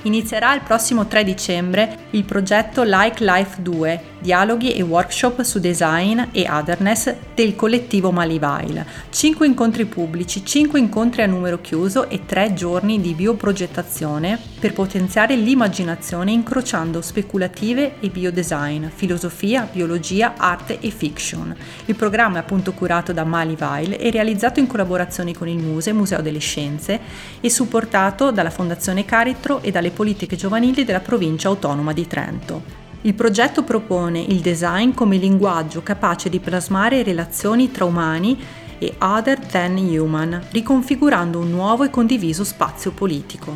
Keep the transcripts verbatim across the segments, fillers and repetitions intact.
Inizierà il prossimo tre dicembre il progetto Like Life due, dialoghi e workshop su design e otherness del collettivo Malivile. Cinque incontri pubblici, cinque incontri a numero chiuso e tre giorni di bioprogettazione per potenziare l'immaginazione incrociando speculative e biodesign, filosofia, biologia, arte e fiction. Il programma è appunto curato da Malivile e realizzato in collaborazione con il Muse, Museo delle Scienze, e supportato dalla Fondazione Caritro e dalle politiche giovanili della provincia autonoma di Trento. Il progetto propone il design come linguaggio capace di plasmare relazioni tra umani e other than human, riconfigurando un nuovo e condiviso spazio politico.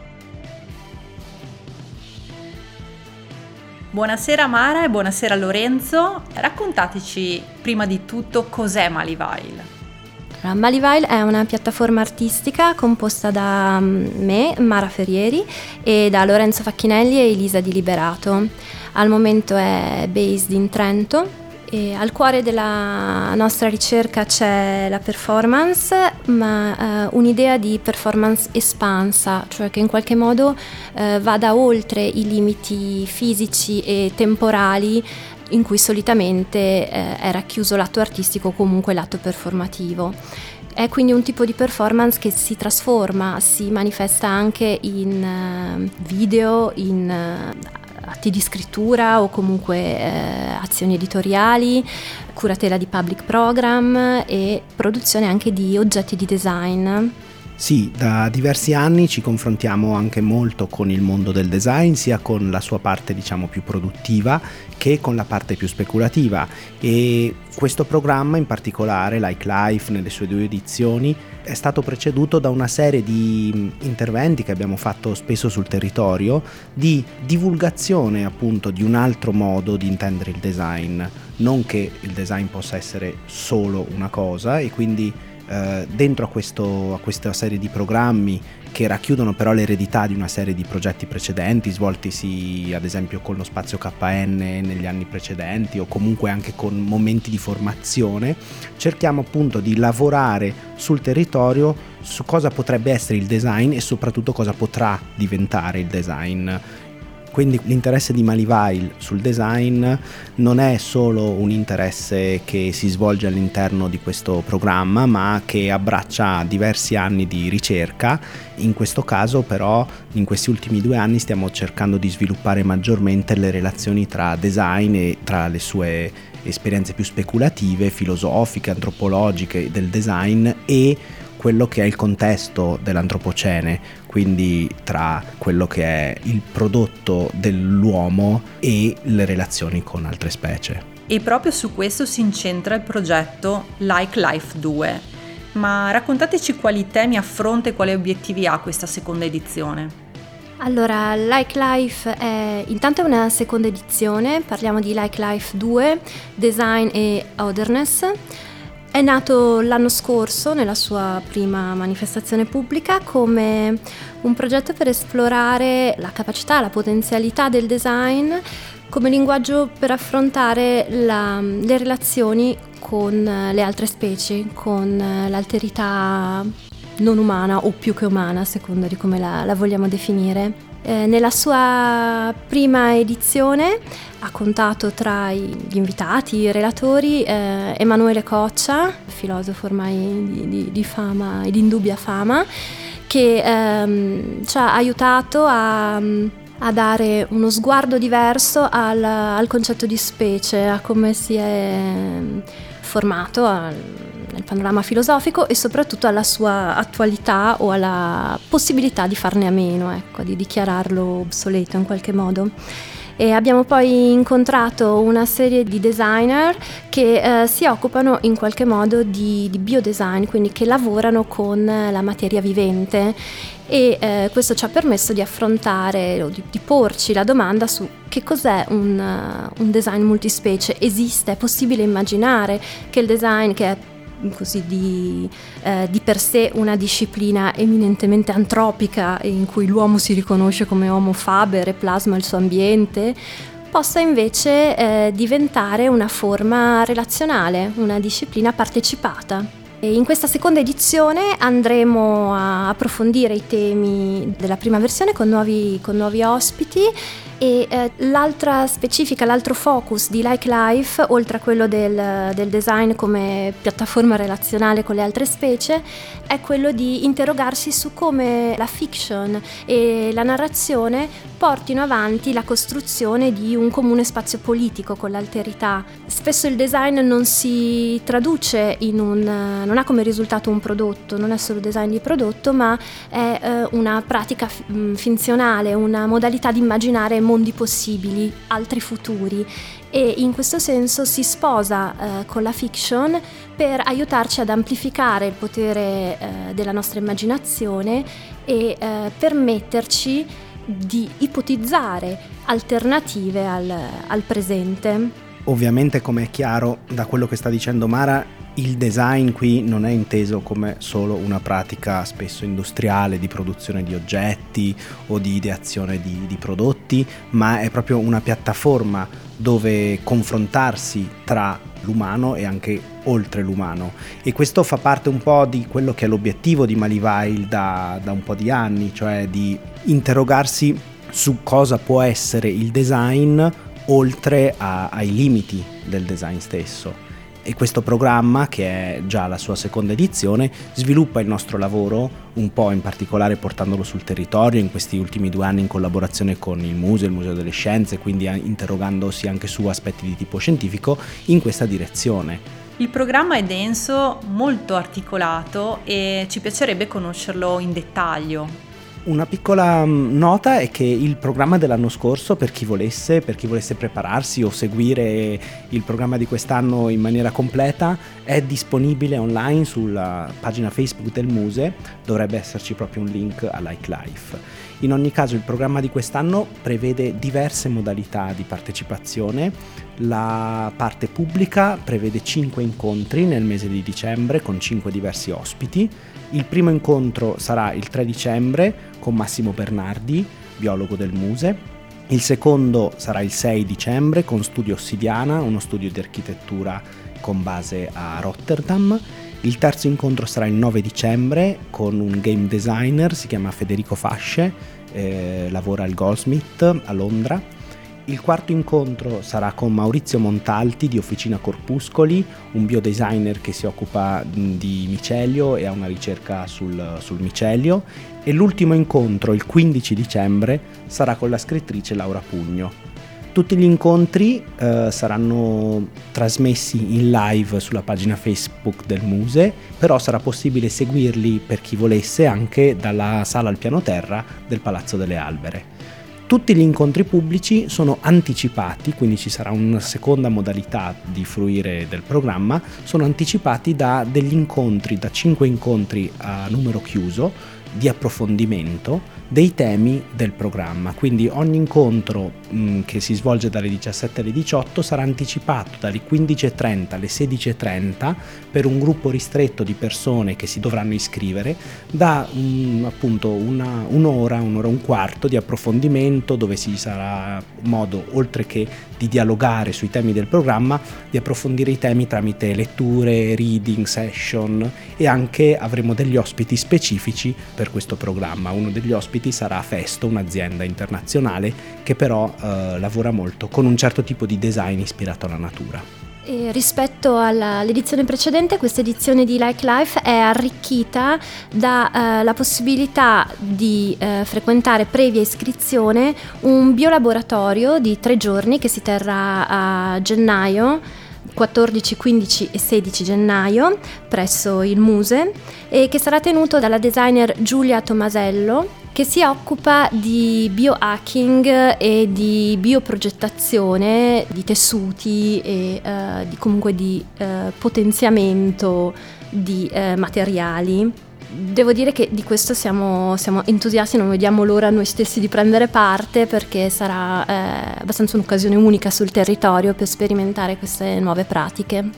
Buonasera Mara e buonasera Lorenzo, raccontateci prima di tutto cos'è Malivile. Malivile è una piattaforma artistica composta da me, Mara Ferrieri, e da Lorenzo Facchinelli e Elisa Di Liberato. Al momento è based in Trento e al cuore della nostra ricerca c'è la performance, ma eh, un'idea di performance espansa, cioè che in qualche modo eh, vada oltre i limiti fisici e temporali in cui solitamente eh, era chiuso l'atto artistico o comunque l'atto performativo. È quindi un tipo di performance che si trasforma, si manifesta anche in uh, video, in uh, atti di scrittura o comunque uh, azioni editoriali, curatela di public program e produzione anche di oggetti di design. Sì, da diversi anni ci confrontiamo anche molto con il mondo del design, sia con la sua parte diciamo più produttiva che con la parte più speculativa, e questo programma in particolare, Like Life, nelle sue due edizioni, è stato preceduto da una serie di interventi che abbiamo fatto spesso sul territorio di divulgazione appunto di un altro modo di intendere il design, non che il design possa essere solo una cosa, e quindi Uh, dentro a, questo, a questa serie di programmi che racchiudono però l'eredità di una serie di progetti precedenti svoltisi ad esempio con lo Spazio K N negli anni precedenti o comunque anche con momenti di formazione, cerchiamo appunto di lavorare sul territorio su cosa potrebbe essere il design e soprattutto cosa potrà diventare il design. Quindi l'interesse di Malivile sul design non è solo un interesse che si svolge all'interno di questo programma, ma che abbraccia diversi anni di ricerca. In questo caso però, in questi ultimi due anni stiamo cercando di sviluppare maggiormente le relazioni tra design e tra le sue esperienze più speculative, filosofiche, antropologiche del design e quello che è il contesto dell'antropocene, quindi tra quello che è il prodotto dell'uomo e le relazioni con altre specie. E proprio su questo si incentra il progetto Like Life due. Ma raccontateci quali temi affronta e quali obiettivi ha questa seconda edizione. Allora, Like Life è intanto è una seconda edizione, parliamo di Like Life due, Design e Otherness. È nato l'anno scorso, nella sua prima manifestazione pubblica, come un progetto per esplorare la capacità, la potenzialità del design come linguaggio per affrontare la, le relazioni con le altre specie, con l'alterità non umana o più che umana, a seconda di come la, la vogliamo definire. Eh, nella sua prima edizione ha contato tra gli invitati, i relatori, eh, Emanuele Coccia, filosofo ormai di, di, di fama e di indubbia fama, che ehm, ci ha aiutato a, a dare uno sguardo diverso al, al concetto di specie, a come si è formato al, nel panorama filosofico e soprattutto alla sua attualità o alla possibilità di farne a meno, ecco, di dichiararlo obsoleto in qualche modo. E abbiamo poi incontrato una serie di designer che eh, si occupano in qualche modo di, di biodesign, quindi che lavorano con la materia vivente, e eh, questo ci ha permesso di affrontare o di, di porci la domanda su che cos'è un, uh, un design multispecie. Esiste, è possibile immaginare che il design, che è così di, eh, di per sé una disciplina eminentemente antropica in cui l'uomo si riconosce come homo faber e plasma il suo ambiente, possa invece eh, diventare una forma relazionale, una disciplina partecipata. E in questa seconda edizione andremo a approfondire i temi della prima versione con nuovi, con nuovi ospiti. E eh, l'altra specifica, l'altro focus di Like Life, oltre a quello del, del design come piattaforma relazionale con le altre specie, è quello di interrogarsi su come la fiction e la narrazione portino avanti la costruzione di un comune spazio politico con l'alterità. Spesso il design non si traduce in un, non ha come risultato un prodotto, non è solo design di prodotto, ma è eh, una pratica f- finzionale, una modalità di immaginare mondi possibili, altri futuri, e in questo senso si sposa eh, con la fiction per aiutarci ad amplificare il potere eh, della nostra immaginazione e eh, permetterci di ipotizzare alternative al, al presente. Ovviamente, come è chiaro da quello che sta dicendo Mara, il design qui non è inteso come solo una pratica spesso industriale di produzione di oggetti o di ideazione di, di prodotti, ma è proprio una piattaforma dove confrontarsi tra l'umano e anche oltre l'umano, e questo fa parte un po' di quello che è l'obiettivo di Malivail da, da un po' di anni, cioè di interrogarsi su cosa può essere il design oltre a, ai limiti del design stesso. E questo programma, che è già la sua seconda edizione, sviluppa il nostro lavoro un po', in particolare portandolo sul territorio in questi ultimi due anni in collaborazione con il museo, il Museo delle Scienze, quindi interrogandosi anche su aspetti di tipo scientifico in questa direzione. Il programma è denso, molto articolato e ci piacerebbe conoscerlo in dettaglio. Una piccola nota è che il programma dell'anno scorso, per chi volesse, per chi volesse prepararsi o seguire il programma di quest'anno in maniera completa, è disponibile online sulla pagina Facebook del Museo. Dovrebbe esserci proprio un link a Like Life. In ogni caso il programma di quest'anno prevede diverse modalità di partecipazione. La parte pubblica prevede cinque incontri nel mese di dicembre con cinque diversi ospiti. Il primo incontro sarà il tre dicembre con Massimo Bernardi, biologo del Museo. Il secondo sarà il sei dicembre con Studio Ossidiana, uno studio di architettura con base a Rotterdam. Il terzo incontro sarà il nove dicembre con un game designer, si chiama Federico Fasce, eh, lavora al Goldsmith a Londra. Il quarto incontro sarà con Maurizio Montalti di Officina Corpuscoli, un biodesigner che si occupa di micelio e ha una ricerca sul, sul micelio. E l'ultimo incontro, il quindici dicembre, sarà con la scrittrice Laura Pugno. Tutti gli incontri eh, saranno trasmessi in live sulla pagina Facebook del Museo, però sarà possibile seguirli, per chi volesse, anche dalla sala al piano terra del Palazzo delle Albere. Tutti gli incontri pubblici sono anticipati, quindi ci sarà una seconda modalità di fruire del programma, sono anticipati da degli incontri, da cinque incontri a numero chiuso, di approfondimento dei temi del programma. Quindi ogni incontro mh, che si svolge dalle diciassette alle diciotto sarà anticipato dalle quindici e trenta alle sedici e trenta per un gruppo ristretto di persone che si dovranno iscrivere, da um, appunto una, un'ora, un'ora e un quarto di approfondimento, dove ci sarà modo, oltre che di dialogare sui temi del programma, di approfondire i temi tramite letture, reading, session, e anche avremo degli ospiti specifici per questo programma. Uno degli ospiti sarà Festo, un'azienda internazionale che però eh, lavora molto con un certo tipo di design ispirato alla natura. E rispetto alla, all'edizione precedente, questa edizione di Like Life è arricchita dalla eh, possibilità di eh, frequentare previa iscrizione un biolaboratorio di tre giorni che si terrà a gennaio, quattordici, quindici e sedici gennaio presso il Museo, e che sarà tenuto dalla designer Giulia Tomasello, che si occupa di biohacking e di bioprogettazione di tessuti e eh, di, comunque di eh, potenziamento di eh, materiali. Devo dire che di questo siamo, siamo entusiasti, non vediamo l'ora noi stessi di prendere parte, perché sarà eh, abbastanza un'occasione unica sul territorio per sperimentare queste nuove pratiche.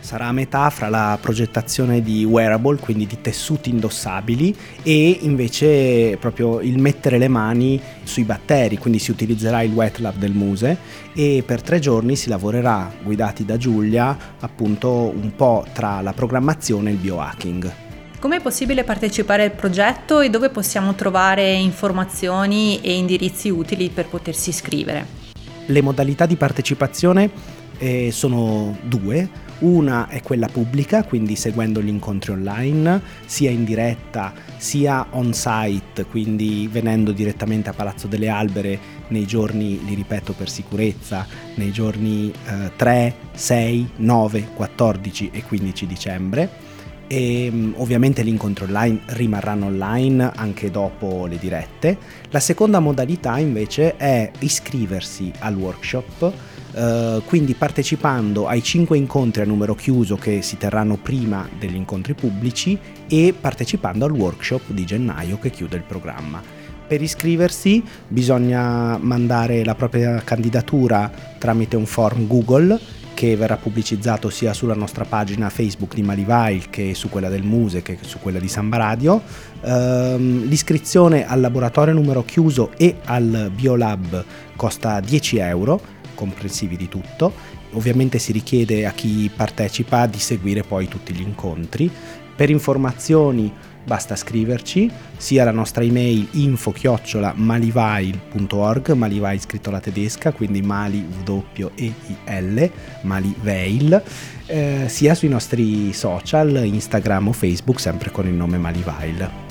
sarà a metà fra la progettazione di wearable, quindi di tessuti indossabili, e invece proprio il mettere le mani sui batteri, quindi si utilizzerà il wet lab del Muse e per tre giorni si lavorerà, guidati da Giulia, appunto un po' tra la programmazione e il biohacking. Come è possibile partecipare al progetto e dove possiamo trovare informazioni e indirizzi utili per potersi iscrivere? Le modalità di partecipazione eh, sono due. Una è quella pubblica, quindi seguendo gli incontri online, sia in diretta sia on site, quindi venendo direttamente a Palazzo delle Albere nei giorni, li ripeto per sicurezza, nei giorni eh, tre, sei, nove, quattordici e quindici dicembre. E ovviamente gli incontri online rimarranno online anche dopo le dirette. La seconda modalità invece è iscriversi al workshop, eh, quindi partecipando ai cinque incontri a numero chiuso che si terranno prima degli incontri pubblici e partecipando al workshop di gennaio che chiude il programma. Per iscriversi bisogna mandare la propria candidatura tramite un form Google che verrà pubblicizzato sia sulla nostra pagina Facebook di Malivile che su quella del Muse che su quella di Samba Radio. Ehm, l'iscrizione al laboratorio numero chiuso e al Biolab costa dieci euro, comprensivi di tutto. Ovviamente si richiede a chi partecipa di seguire poi tutti gli incontri. Per informazioni basta scriverci sia alla nostra email info chiocciola malivile punto org, Malivile scritto alla tedesca, quindi Mali W E I L, Malivile, eh, sia sui nostri social, Instagram o Facebook, sempre con il nome Malivile.